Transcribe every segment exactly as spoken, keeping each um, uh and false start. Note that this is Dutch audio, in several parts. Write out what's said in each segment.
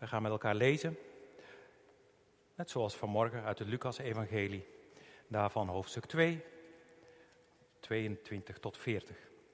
gaan met elkaar lezen, net zoals vanmorgen uit het Lucas-evangelie, daarvan hoofdstuk twee, tweeëntwintig tot veertig.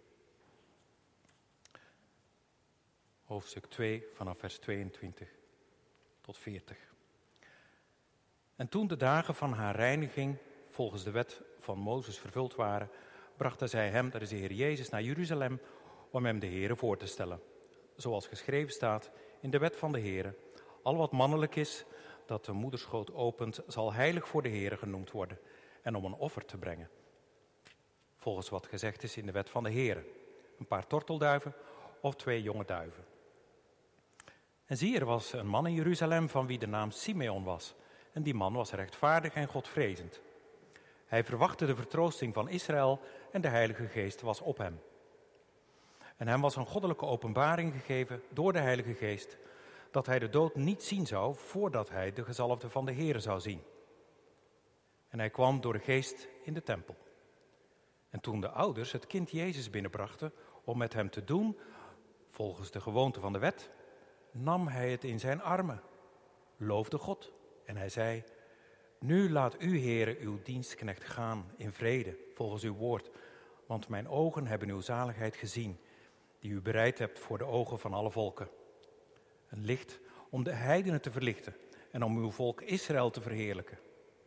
Hoofdstuk twee vanaf vers tweeëntwintig tot veertig. En toen de dagen van haar reiniging volgens de wet van Mozes vervuld waren, brachten zij hem, dat is de Heer Jezus, naar Jeruzalem om hem de Heere voor te stellen. Zoals geschreven staat in de wet van de Heere: al wat mannelijk is, dat de moederschoot opent, zal heilig voor de Heere genoemd worden en om een offer te brengen. Volgens wat gezegd is in de wet van de Heere: een paar tortelduiven of twee jonge duiven. En zie, er was een man in Jeruzalem van wie de naam Simeon was. En die man was rechtvaardig en godvrezend. Hij verwachtte de vertroosting van Israël en de Heilige Geest was op hem. En hem was een goddelijke openbaring gegeven door de Heilige Geest, dat hij de dood niet zien zou voordat hij de gezalfde van de Heere zou zien. En hij kwam door de Geest in de tempel. En toen de ouders het kind Jezus binnenbrachten om met hem te doen, volgens de gewoonte van de wet, nam hij het in zijn armen, loofde God en hij zei: nu laat u, Heere, uw dienstknecht gaan in vrede, volgens uw woord, want mijn ogen hebben uw zaligheid gezien, die u bereid hebt voor de ogen van alle volken. Een licht om de heidenen te verlichten en om uw volk Israël te verheerlijken.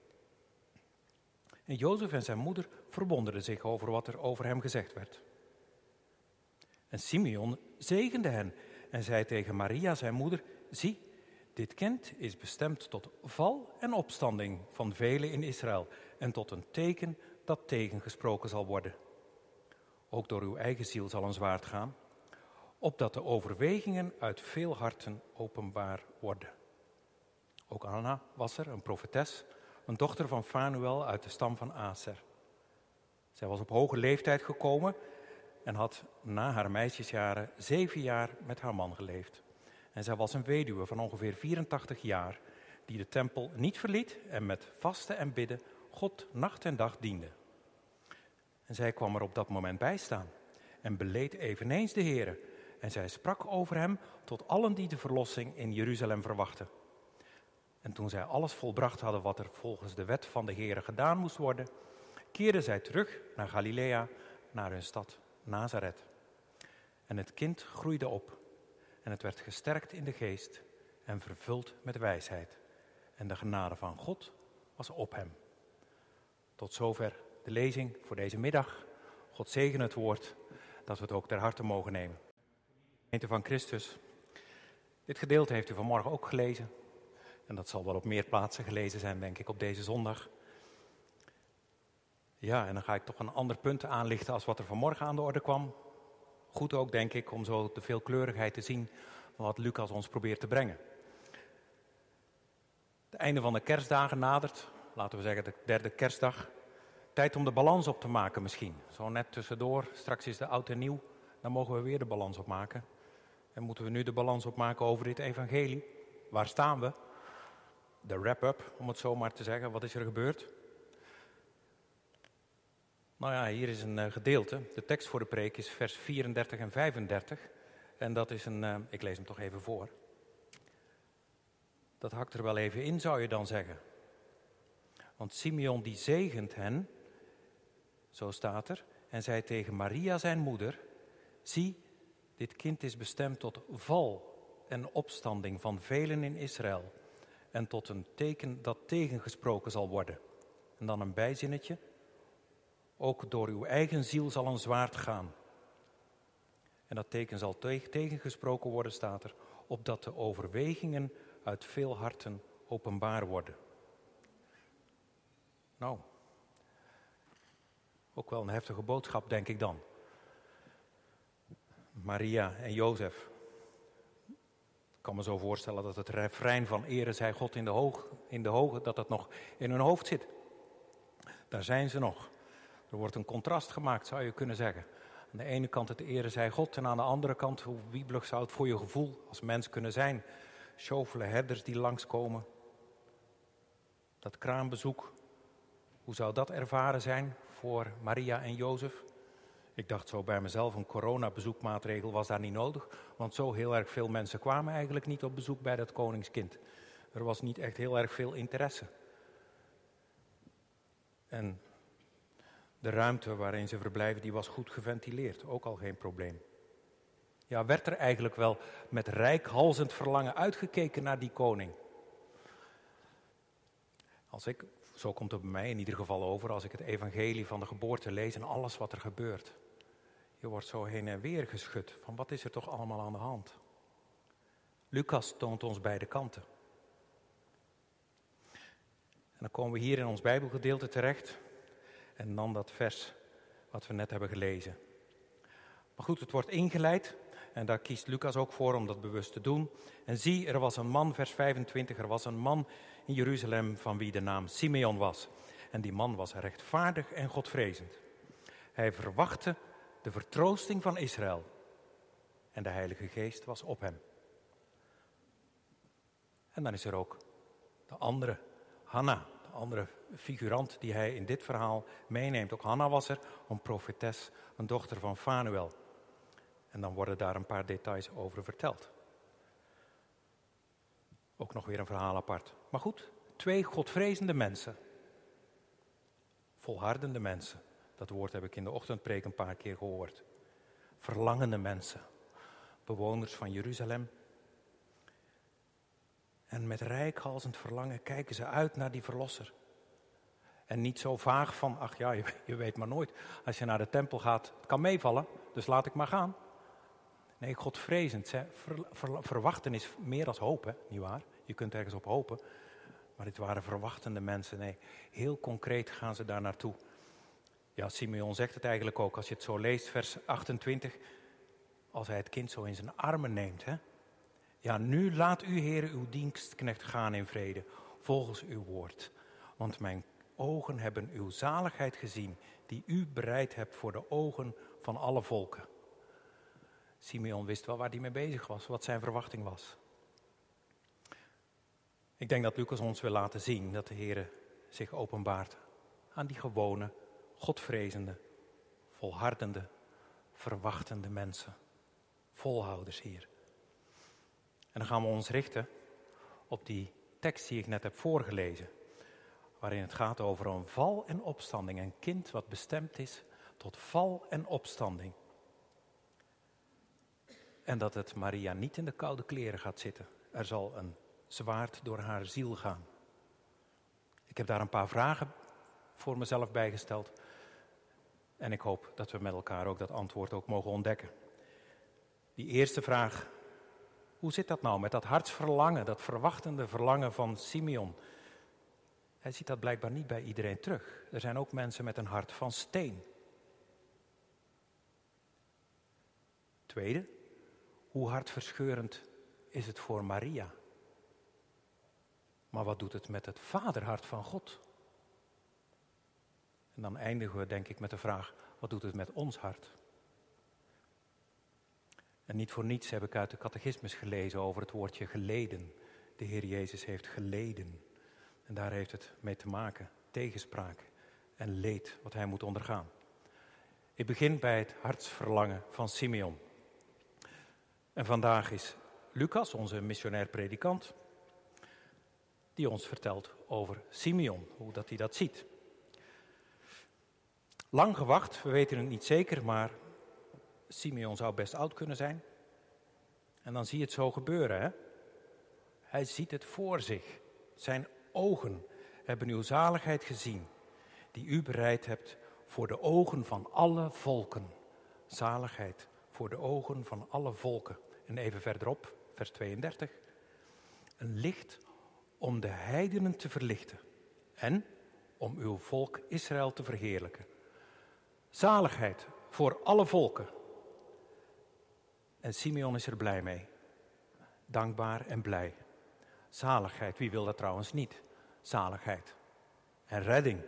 En Jozef en zijn moeder verwonderden zich over wat er over hem gezegd werd. En Simeon zegende hen en zei tegen Maria, zijn moeder: zie, dit kind is bestemd tot val en opstanding van velen in Israël en tot een teken dat tegengesproken zal worden. Ook door uw eigen ziel zal een zwaard gaan, opdat de overwegingen uit veel harten openbaar worden. Ook Anna was er, een profetes, een dochter van Fanuel uit de stam van Aser. Zij was op hoge leeftijd gekomen en had na haar meisjesjaren zeven jaar met haar man geleefd. En zij was een weduwe van ongeveer vierentachtig jaar, die de tempel niet verliet en met vasten en bidden God nacht en dag diende. En zij kwam er op dat moment bij staan en beleed eveneens de Heere. En zij sprak over hem tot allen die de verlossing in Jeruzalem verwachten. En toen zij alles volbracht hadden wat er volgens de wet van de Heere gedaan moest worden, keerden zij terug naar Galilea, naar hun stad Nazareth. En het kind groeide op en het werd gesterkt in de geest en vervuld met wijsheid. En de genade van God was op hem. Tot zover de lezing voor deze middag. God zegene het woord, dat we het ook ter harte mogen nemen. Gemeente van Christus, dit gedeelte heeft u vanmorgen ook gelezen. En dat zal wel op meer plaatsen gelezen zijn, denk ik, op deze zondag. Ja, en dan ga ik toch een ander punt aanlichten als wat er vanmorgen aan de orde kwam. Goed ook, denk ik, om zo de veelkleurigheid te zien van wat Lucas ons probeert te brengen. Het einde van de kerstdagen nadert, laten we zeggen de derde kerstdag. Tijd om de balans op te maken misschien. Zo net tussendoor, straks is de oud en nieuw, dan mogen we weer de balans opmaken. En moeten we nu de balans opmaken over dit evangelie? Waar staan we? De wrap-up, om het zo maar te zeggen. Wat is er gebeurd? Nou ja, hier is een uh, gedeelte. De tekst voor de preek is vers vierendertig en vijfendertig. En dat is een, uh, ik lees hem toch even voor. Dat hakt er wel even in, zou je dan zeggen. Want Simeon die zegent hen, zo staat er, en zei tegen Maria zijn moeder: zie, dit kind is bestemd tot val en opstanding van velen in Israël en tot een teken dat tegengesproken zal worden. En dan een bijzinnetje: ook door uw eigen ziel zal een zwaard gaan. En dat teken zal tegengesproken worden, staat er, opdat de overwegingen uit veel harten openbaar worden. Nou, ook wel een heftige boodschap, denk ik dan. Maria en Jozef. Ik kan me zo voorstellen dat het refrein van ere zij God in de, hoog, in de hoge, dat dat nog in hun hoofd zit. Daar zijn ze nog. Er wordt een contrast gemaakt, zou je kunnen zeggen. Aan de ene kant het ere zij God en aan de andere kant, hoe wiebelig zou het voor je gevoel als mens kunnen zijn. Sjofele herders die langskomen. Dat kraambezoek. Hoe zou dat ervaren zijn voor Maria en Jozef? Ik dacht zo bij mezelf, een coronabezoekmaatregel was daar niet nodig, want zo heel erg veel mensen kwamen eigenlijk niet op bezoek bij dat koningskind. Er was niet echt heel erg veel interesse. En de ruimte waarin ze verblijven, die was goed geventileerd, ook al geen probleem. Ja, werd er eigenlijk wel met reikhalzend verlangen uitgekeken naar die koning? Als ik, zo komt het bij mij in ieder geval over, als ik het evangelie van de geboorte lees en alles wat er gebeurt. Je wordt zo heen en weer geschud van wat is er toch allemaal aan de hand? Lucas toont ons beide kanten. En dan komen we hier in ons Bijbelgedeelte terecht en dan dat vers wat we net hebben gelezen. Maar goed, het wordt ingeleid en daar kiest Lucas ook voor om dat bewust te doen. En zie, er was een man, vers vijfentwintig, er was een man in Jeruzalem van wie de naam Simeon was. En die man was rechtvaardig en godvrezend. Hij verwachtte de vertroosting van Israël en de Heilige Geest was op hem. En dan is er ook de andere, Hanna, de andere figurant die hij in dit verhaal meeneemt. Ook Hanna was er, een profetes, een dochter van Fanuel. En dan worden daar een paar details over verteld. Ook nog weer een verhaal apart. Maar goed, twee godvrezende mensen. Volhardende mensen. Dat woord heb ik in de ochtendpreek een paar keer gehoord. Verlangende mensen. Bewoners van Jeruzalem. En met reikhalzend verlangen kijken ze uit naar die verlosser. En niet zo vaag van, ach ja, je, je weet maar nooit. Als je naar de tempel gaat, het kan meevallen, dus laat ik maar gaan. Nee, godvrezend. Ver, ver, verwachten is meer dan hopen, nietwaar? Je kunt ergens op hopen. Maar dit waren verwachtende mensen. Nee, heel concreet gaan ze daar naartoe. Ja, Simeon zegt het eigenlijk ook. Als je het zo leest, vers achtentwintig. Als hij het kind zo in zijn armen neemt. Hè? Ja, nu laat u, Heere, uw dienstknecht gaan in vrede. Volgens uw woord. Want mijn ogen hebben uw zaligheid gezien. Die u bereid hebt voor de ogen van alle volken. Simeon wist wel waar hij mee bezig was. Wat zijn verwachting was. Ik denk dat Lucas ons wil laten zien dat de Heere zich openbaart aan die gewone, godvrezende, volhardende, verwachtende mensen. Volhouders hier. En dan gaan we ons richten op die tekst die ik net heb voorgelezen. Waarin het gaat over een val en opstanding. Een kind wat bestemd is tot val en opstanding. En dat het Maria niet in de koude kleren gaat zitten. Er zal een zwaard door haar ziel gaan. Ik heb daar een paar vragen voor mezelf bijgesteld. En ik hoop dat we met elkaar ook dat antwoord ook mogen ontdekken. Die eerste vraag. Hoe zit dat nou met dat hartsverlangen, dat verwachtende verlangen van Simeon? Hij ziet dat blijkbaar niet bij iedereen terug. Er zijn ook mensen met een hart van steen. Tweede, hoe hartverscheurend is het voor Maria? Maar wat doet het met het vaderhart van God? En dan eindigen we denk ik met de vraag, wat doet het met ons hart? En niet voor niets heb ik uit de catechismus gelezen over het woordje geleden. De Heer Jezus heeft geleden. En daar heeft het mee te maken. Tegenspraak en leed wat hij moet ondergaan. Ik begin bij het hartsverlangen van Simeon. En vandaag is Lucas, onze missionair predikant, die ons vertelt over Simeon, hoe dat hij dat ziet. Lang gewacht, we weten het niet zeker, maar Simeon zou best oud kunnen zijn. En dan zie je het zo gebeuren, hè? Hij ziet het voor zich. Zijn ogen hebben uw zaligheid gezien, die u bereid hebt voor de ogen van alle volken. Zaligheid voor de ogen van alle volken. En even verderop, vers tweeëndertig. Een licht om de heidenen te verlichten en om uw volk Israël te verheerlijken. Zaligheid voor alle volken. En Simeon is er blij mee. Dankbaar en blij. Zaligheid, wie wil dat trouwens niet? Zaligheid. En redding.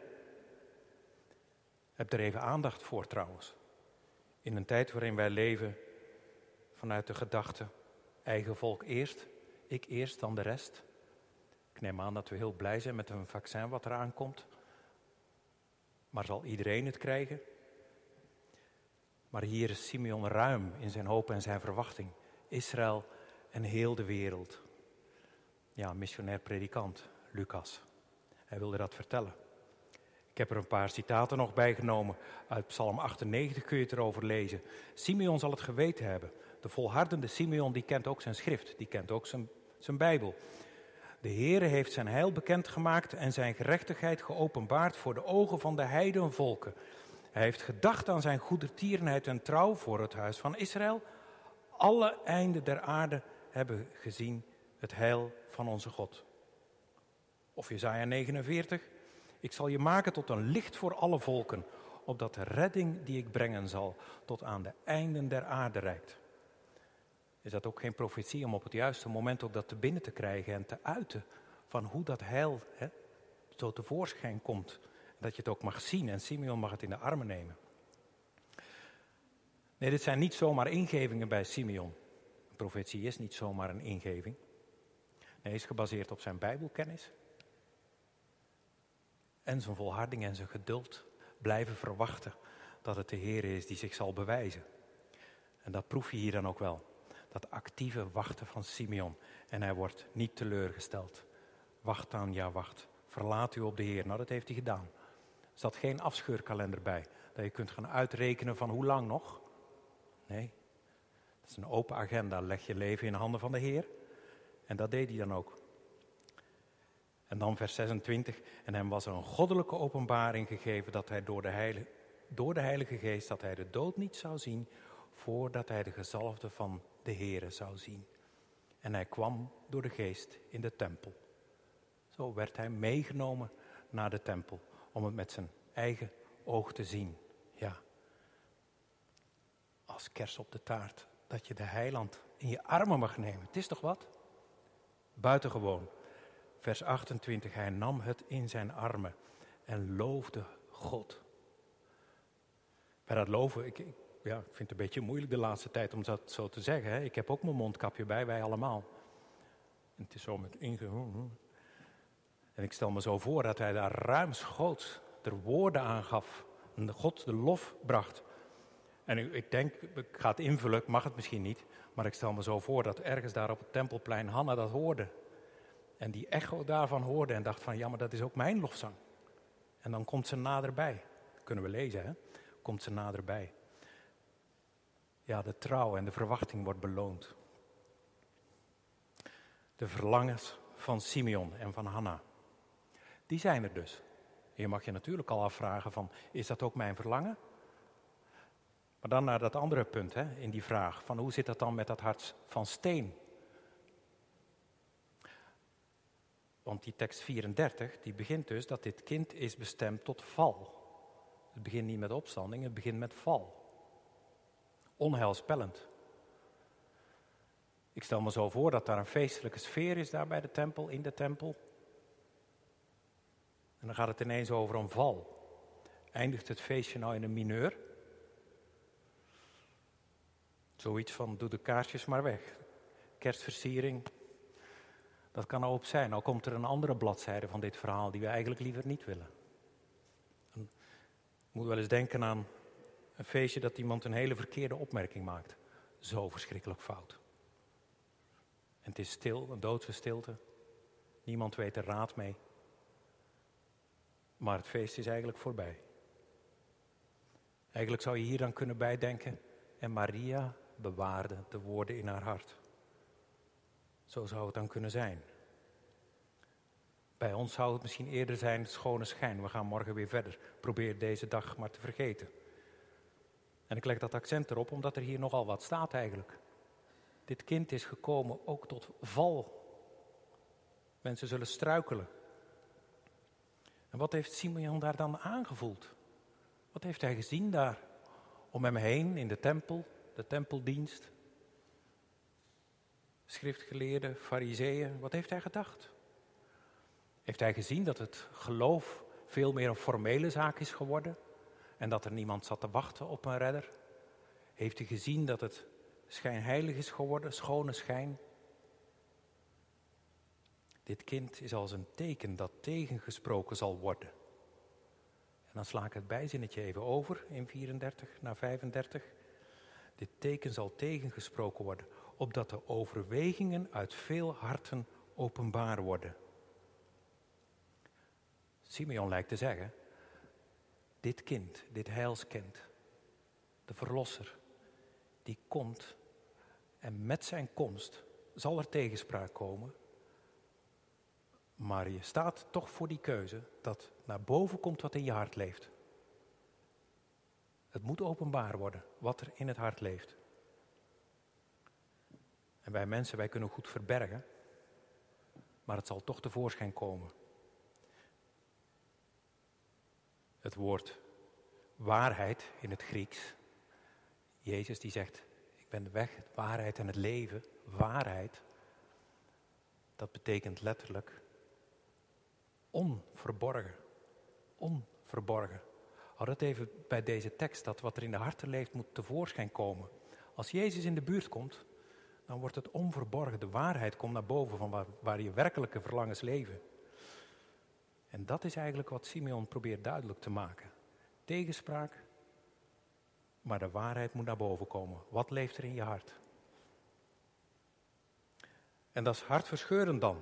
Heb er even aandacht voor trouwens. In een tijd waarin wij leven vanuit de gedachte, eigen volk eerst, ik eerst, dan de rest. Ik neem aan dat we heel blij zijn met een vaccin wat eraan komt. Maar zal iedereen het krijgen? Maar hier is Simeon ruim in zijn hoop en zijn verwachting. Israël en heel de wereld. Ja, missionair predikant, Lucas. Hij wilde dat vertellen. Ik heb er een paar citaten nog bij genomen. Uit Psalm achtennegentig kun je het erover lezen. Simeon zal het geweten hebben. De volhardende Simeon die kent ook zijn schrift. Die kent ook zijn, zijn Bijbel. De Heere heeft zijn heil bekendgemaakt en zijn gerechtigheid geopenbaard voor de ogen van de heidenvolken. Hij heeft gedacht aan zijn goedertierenheid en trouw voor het huis van Israël. Alle einden der aarde hebben gezien het heil van onze God. Of Jesaja negenenveertig. Ik zal je maken tot een licht voor alle volken, opdat de redding die ik brengen zal tot aan de einden der aarde reikt. Is dat ook geen profetie om op het juiste moment ook dat te binnen te krijgen en te uiten van hoe dat heil hè, zo tevoorschijn komt. Dat je het ook mag zien en Simeon mag het in de armen nemen. Nee, dit zijn niet zomaar ingevingen bij Simeon. Een profetie is niet zomaar een ingeving. Nee, is gebaseerd op zijn Bijbelkennis. En zijn volharding en zijn geduld blijven verwachten dat het de Heer is die zich zal bewijzen. En dat proef je hier dan ook wel. Dat actieve wachten van Simeon. En hij wordt niet teleurgesteld. Wacht dan, ja wacht. Verlaat u op de Heer. Nou, dat heeft hij gedaan. Er zat geen afscheurkalender bij. Dat je kunt gaan uitrekenen van hoe lang nog. Nee, dat is een open agenda. Leg je leven in de handen van de Heer. En dat deed hij dan ook. En dan vers zesentwintig. En hem was er een goddelijke openbaring gegeven dat hij door de, heilige, door de Heilige Geest, dat hij de dood niet zou zien, voordat hij de gezalfde van de Heere zou zien. En hij kwam door de Geest in de tempel. Zo werd hij meegenomen naar de tempel, om het met zijn eigen oog te zien. Ja, als kers op de taart, dat je de heiland in je armen mag nemen. Het is toch wat? Buitengewoon. Vers achtentwintig, hij nam het in zijn armen en loofde God. Bij dat loven, ik, ik, ja, ik vind het een beetje moeilijk de laatste tijd om dat zo te zeggen. Hè. Ik heb ook mijn mondkapje bij, wij allemaal. En het is zo met inge... En ik stel me zo voor dat hij daar ruimschoots er woorden aan gaf. En God de lof bracht. En ik, ik denk, ik ga het invullen, ik mag het misschien niet. Maar ik stel me zo voor dat ergens daar op het Tempelplein Hanna dat hoorde. En die echo daarvan hoorde en dacht van, ja, maar dat is ook mijn lofzang. En dan komt ze naderbij. Dat kunnen we lezen, hè? Komt ze naderbij. Ja, de trouw en de verwachting wordt beloond. De verlangens van Simeon en van Hanna. Die zijn er dus. Je mag je natuurlijk al afvragen van, is dat ook mijn verlangen? Maar dan naar dat andere punt, hè, in die vraag, van hoe zit dat dan met dat hart van steen? Want die tekst vierendertig, die begint dus dat dit kind is bestemd tot val. Het begint niet met opstanding, het begint met val. Onheilspellend. Ik stel me zo voor dat daar een feestelijke sfeer is daar bij de tempel, in de tempel. En dan gaat het ineens over een val. Eindigt het feestje nou in een mineur? Zoiets van, doe de kaarsjes maar weg. Kerstversiering, dat kan ook zijn. Al komt er een andere bladzijde van dit verhaal die we eigenlijk liever niet willen. Ik moet wel eens denken aan een feestje dat iemand een hele verkeerde opmerking maakt. Zo verschrikkelijk fout. En het is stil, een doodse stilte. Niemand weet er raad mee. Maar het feest is eigenlijk voorbij. Eigenlijk zou je hier dan kunnen bijdenken. En Maria bewaarde de woorden in haar hart. Zo zou het dan kunnen zijn. Bij ons zou het misschien eerder zijn schone schijn. We gaan morgen weer verder. Probeer deze dag maar te vergeten. En ik leg dat accent erop omdat er hier nogal wat staat eigenlijk. Dit kind is gekomen ook tot val. Mensen zullen struikelen. En wat heeft Simeon daar dan aangevoeld? Wat heeft hij gezien daar? Om hem heen in de tempel, de tempeldienst. Schriftgeleerden, fariseeën, wat heeft hij gedacht? Heeft hij gezien dat het geloof veel meer een formele zaak is geworden? En dat er niemand zat te wachten op een redder? Heeft hij gezien dat het schijnheilig is geworden, schone schijn? Dit kind is als een teken dat tegengesproken zal worden. En dan sla ik het bijzinnetje even over in vierendertig naar vijfendertig. Dit teken zal tegengesproken worden, opdat de overwegingen uit veel harten openbaar worden. Simeon lijkt te zeggen, dit kind, dit heilskind, de verlosser, die komt en met zijn komst zal er tegenspraak komen. Maar je staat toch voor die keuze dat naar boven komt wat in je hart leeft. Het moet openbaar worden wat er in het hart leeft. En wij mensen, wij kunnen goed verbergen, maar het zal toch tevoorschijn komen. Het woord waarheid in het Grieks, Jezus die zegt, ik ben de weg, de waarheid en het leven, waarheid, dat betekent letterlijk onverborgen, onverborgen. Houd dat even bij deze tekst, dat wat er in de harten leeft moet tevoorschijn komen. Als Jezus in de buurt komt, dan wordt het onverborgen. De waarheid komt naar boven van waar, waar je werkelijke verlangens leven. En dat is eigenlijk wat Simeon probeert duidelijk te maken. Tegenspraak, maar de waarheid moet naar boven komen. Wat leeft er in je hart? En dat is hartverscheurend dan.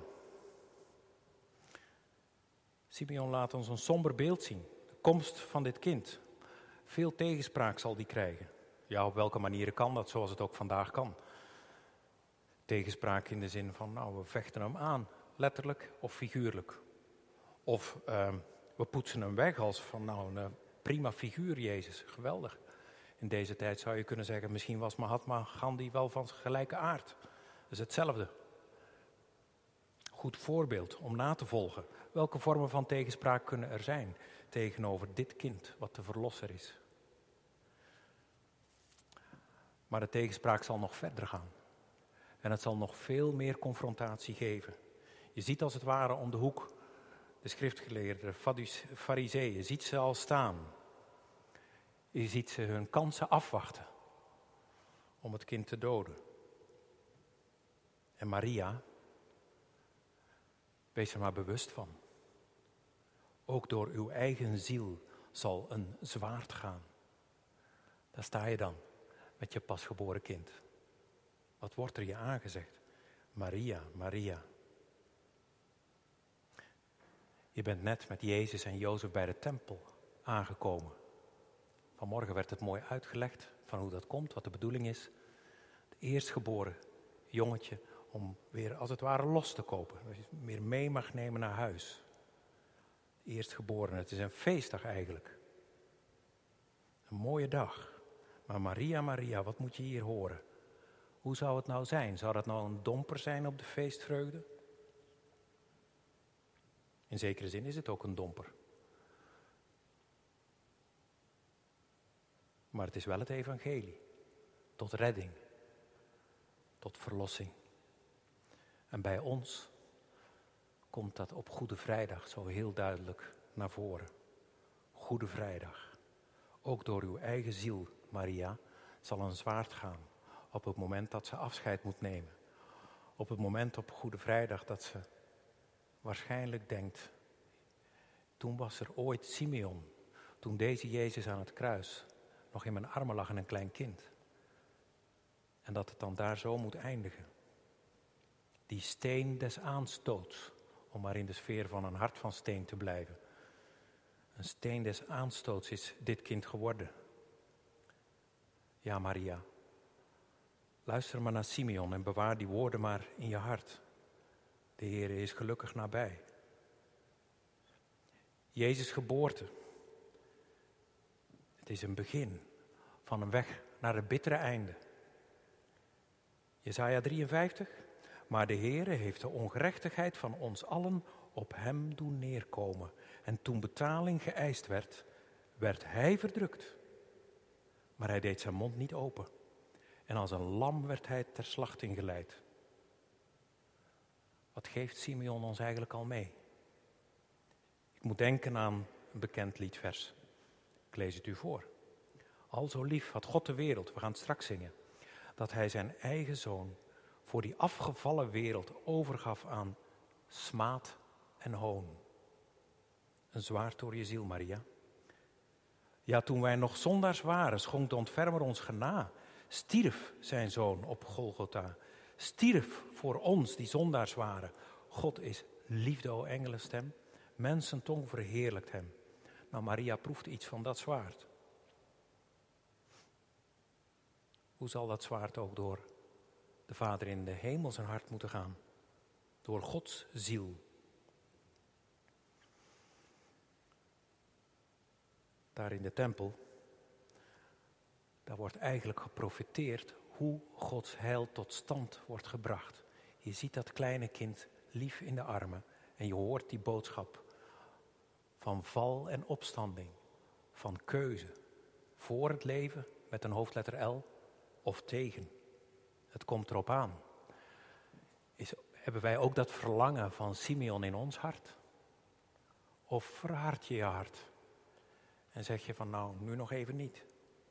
Simeon laat ons een somber beeld zien. De komst van dit kind. Veel tegenspraak zal die krijgen. Ja, op welke manieren kan dat, zoals het ook vandaag kan. Tegenspraak in de zin van, nou, we vechten hem aan, letterlijk of figuurlijk. Of uh, we poetsen hem weg als van, nou, een prima figuur, Jezus, geweldig. In deze tijd zou je kunnen zeggen, misschien was Mahatma Gandhi wel van gelijke aard. Dat is hetzelfde. Goed voorbeeld om na te volgen. Welke vormen van tegenspraak kunnen er zijn tegenover dit kind, wat de verlosser is? Maar de tegenspraak zal nog verder gaan. En het zal nog veel meer confrontatie geven. Je ziet als het ware om de hoek de schriftgeleerden, de fariseeën, je ziet ze al staan. Je ziet ze hun kansen afwachten om het kind te doden. En Maria, wees er maar bewust van. Ook door uw eigen ziel zal een zwaard gaan. Daar sta je dan met je pasgeboren kind. Wat wordt er je aangezegd? Maria, Maria. Je bent net met Jezus en Jozef bij de tempel aangekomen. Vanmorgen werd het mooi uitgelegd van hoe dat komt, wat de bedoeling is. Het eerstgeboren jongetje om weer als het ware los te kopen. Dat je meer mee mag nemen naar huis. Eerstgeboren, het is een feestdag eigenlijk. Een mooie dag. Maar Maria, Maria, wat moet je hier horen? Hoe zou het nou zijn? Zou dat nou een domper zijn op de feestvreugde? In zekere zin is het ook een domper. Maar het is wel het evangelie. Tot redding. Tot verlossing. En bij ons komt dat op Goede Vrijdag zo heel duidelijk naar voren. Goede Vrijdag. Ook door uw eigen ziel, Maria, zal een zwaard gaan. Op het moment dat ze afscheid moet nemen. Op het moment op Goede Vrijdag dat ze waarschijnlijk denkt. Toen was er ooit Simeon. Toen deze Jezus aan het kruis nog in mijn armen lag en een klein kind. En dat het dan daar zo moet eindigen. Die steen des aanstoots. Om maar in de sfeer van een hart van steen te blijven. Een steen des aanstoots is dit kind geworden. Ja, Maria. Luister maar naar Simeon en bewaar die woorden maar in je hart. De Heer is gelukkig nabij. Jezus' geboorte. Het is een begin van een weg naar het bittere einde. Jesaja drieënvijftig. Maar de Heere heeft de ongerechtigheid van ons allen op hem doen neerkomen. En toen betaling geëist werd, werd hij verdrukt. Maar hij deed zijn mond niet open. En als een lam werd hij ter slachting geleid. Wat geeft Simeon ons eigenlijk al mee? Ik moet denken aan een bekend liedvers. Ik lees het u voor. Al zo lief had God de wereld, we gaan het straks zingen, dat hij zijn eigen zoon voor die afgevallen wereld overgaf aan smaad en hoon. Een zwaard door je ziel, Maria. Ja, toen wij nog zondaars waren, schonk de ontfermer ons gena. Stierf zijn zoon op Golgotha. Stierf voor ons die zondaars waren. God is liefde, o engelenstem. Mensentong verheerlijkt hem. Nou, Maria proefde iets van dat zwaard. Hoe zal dat zwaard ook door de Vader in de hemel zijn hart moeten gaan? Door Gods ziel. Daar in de tempel, daar wordt eigenlijk geprofeteerd hoe Gods heil tot stand wordt gebracht. Je ziet dat kleine kind lief in de armen en je hoort die boodschap van val en opstanding, van keuze, voor het leven met een hoofdletter L of tegen. Het komt erop aan. Is, hebben wij ook dat verlangen van Simeon in ons hart? Of verhard je je hart en zeg je van nou, nu nog even niet?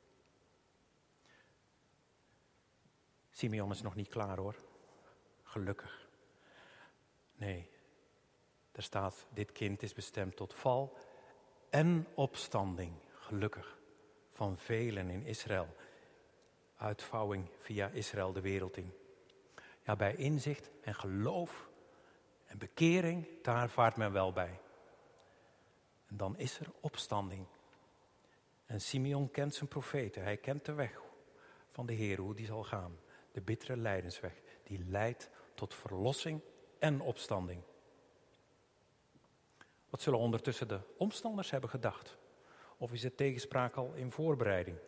Simeon is nog niet klaar hoor, gelukkig. Nee, er staat, dit kind is bestemd tot val en opstanding, gelukkig, van velen in Israël. Uitvouwing via Israël de wereld in. Ja, bij inzicht en geloof en bekering, daar vaart men wel bij. En dan is er opstanding. En Simeon kent zijn profeten, hij kent de weg van de Heer, hoe die zal gaan. De bittere lijdensweg, die leidt tot verlossing en opstanding. Wat zullen ondertussen de omstanders hebben gedacht? Of is de tegenspraak al in voorbereiding?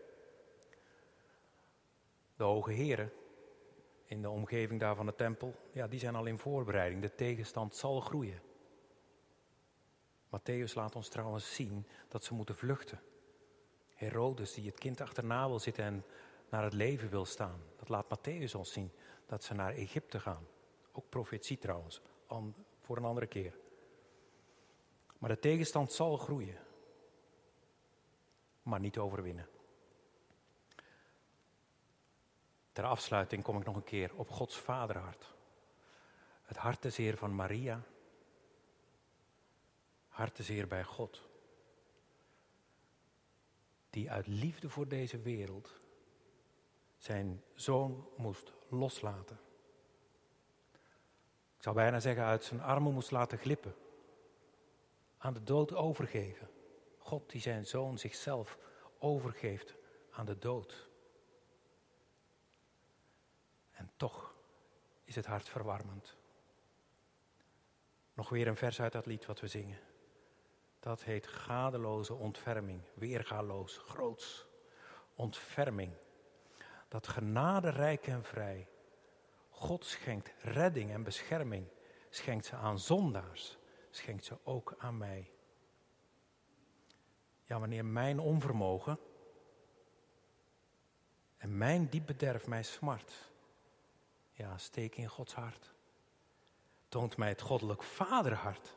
De hoge heren in de omgeving daar van de tempel, ja, die zijn al in voorbereiding. De tegenstand zal groeien. Mattheüs laat ons trouwens zien dat ze moeten vluchten. Herodes die het kind achterna wil zitten en naar het leven wil staan. Dat laat Mattheüs ons zien, dat ze naar Egypte gaan. Ook profetie trouwens, voor een andere keer. Maar de tegenstand zal groeien. Maar niet overwinnen. Ter afsluiting kom ik nog een keer op Gods vaderhart. Het hartezeer van Maria. Hartezeer bij God. Die uit liefde voor deze wereld zijn zoon moest loslaten. Ik zou bijna zeggen uit zijn armen moest laten glippen. Aan de dood overgeven. God die zijn zoon zichzelf overgeeft aan de dood. En toch is het hart verwarmend. Nog weer een vers uit dat lied wat we zingen. Dat heet gadeloze ontferming, weergaloos, groots. Ontferming. Dat genade rijk en vrij. God schenkt redding en bescherming. Schenkt ze aan zondaars. Schenkt ze ook aan mij. Ja, wanneer mijn onvermogen en mijn diep bederf mij smart. Ja, steek in Gods hart. Toont mij het goddelijk vaderhart.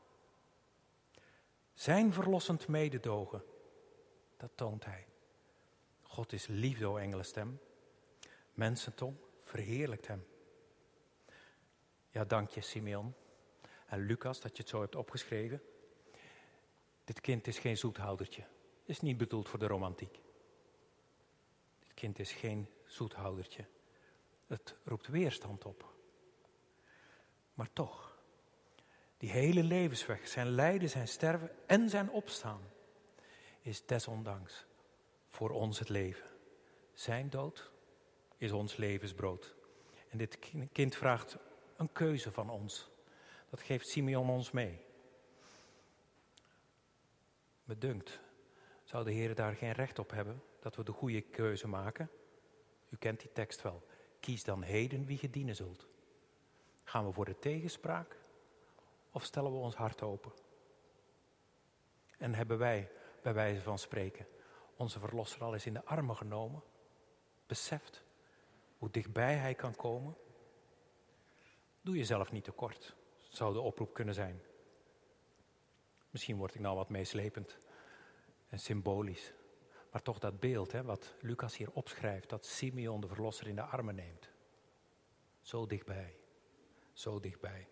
Zijn verlossend mededogen, dat toont hij. God is liefde, o engelenstem. Mensentong verheerlijkt hem. Ja, dank je Simeon en Lucas dat je het zo hebt opgeschreven. Dit kind is geen zoethoudertje. Is niet bedoeld voor de romantiek. Dit kind is geen zoethoudertje. Het roept weerstand op. Maar toch, die hele levensweg, zijn lijden, zijn sterven en zijn opstaan, is desondanks voor ons het leven. Zijn dood is ons levensbrood. En dit kind vraagt een keuze van ons. Dat geeft Simeon ons mee. Me dunkt, zou de Heer daar geen recht op hebben dat we de goede keuze maken? U kent die tekst wel. Kies dan heden wie je dienen zult. Gaan we voor de tegenspraak of stellen we ons hart open? En hebben wij, bij wijze van spreken, onze verlosser al eens in de armen genomen? Beseft hoe dichtbij hij kan komen? Doe jezelf niet tekort, zou de oproep kunnen zijn. Misschien word ik nou wat meeslepend en symbolisch. Maar toch dat beeld, hè, wat Lucas hier opschrijft, dat Simeon de verlosser in de armen neemt. Zo dichtbij, zo dichtbij.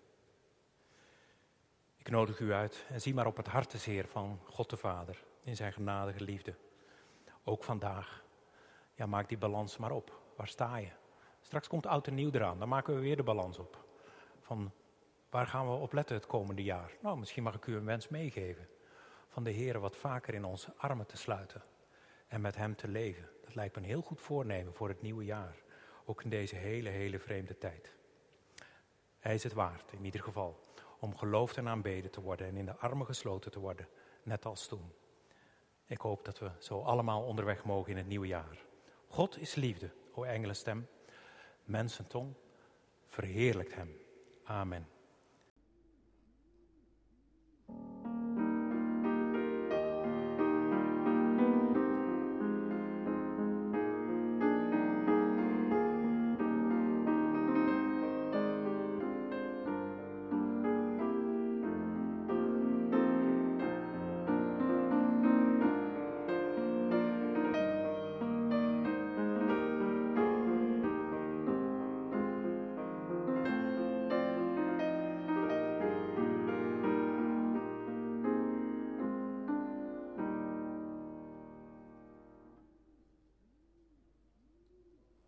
Ik nodig u uit en zie maar op het hartezeer van God de Vader in zijn genadige liefde. Ook vandaag. Ja, maak die balans maar op. Waar sta je? Straks komt oud en nieuw eraan, dan maken we weer de balans op. Van waar gaan we op letten het komende jaar? Nou, misschien mag ik u een wens meegeven. Van de Heer wat vaker in onze armen te sluiten. En met hem te leven. Dat lijkt me een heel goed voornemen voor het nieuwe jaar. Ook in deze hele, hele vreemde tijd. Hij is het waard, in ieder geval. Om geloofd en aanbeden te worden en in de armen gesloten te worden. Net als toen. Ik hoop dat we zo allemaal onderweg mogen in het nieuwe jaar. God is liefde, o engelenstem. Mensentong, verheerlijkt hem. Amen.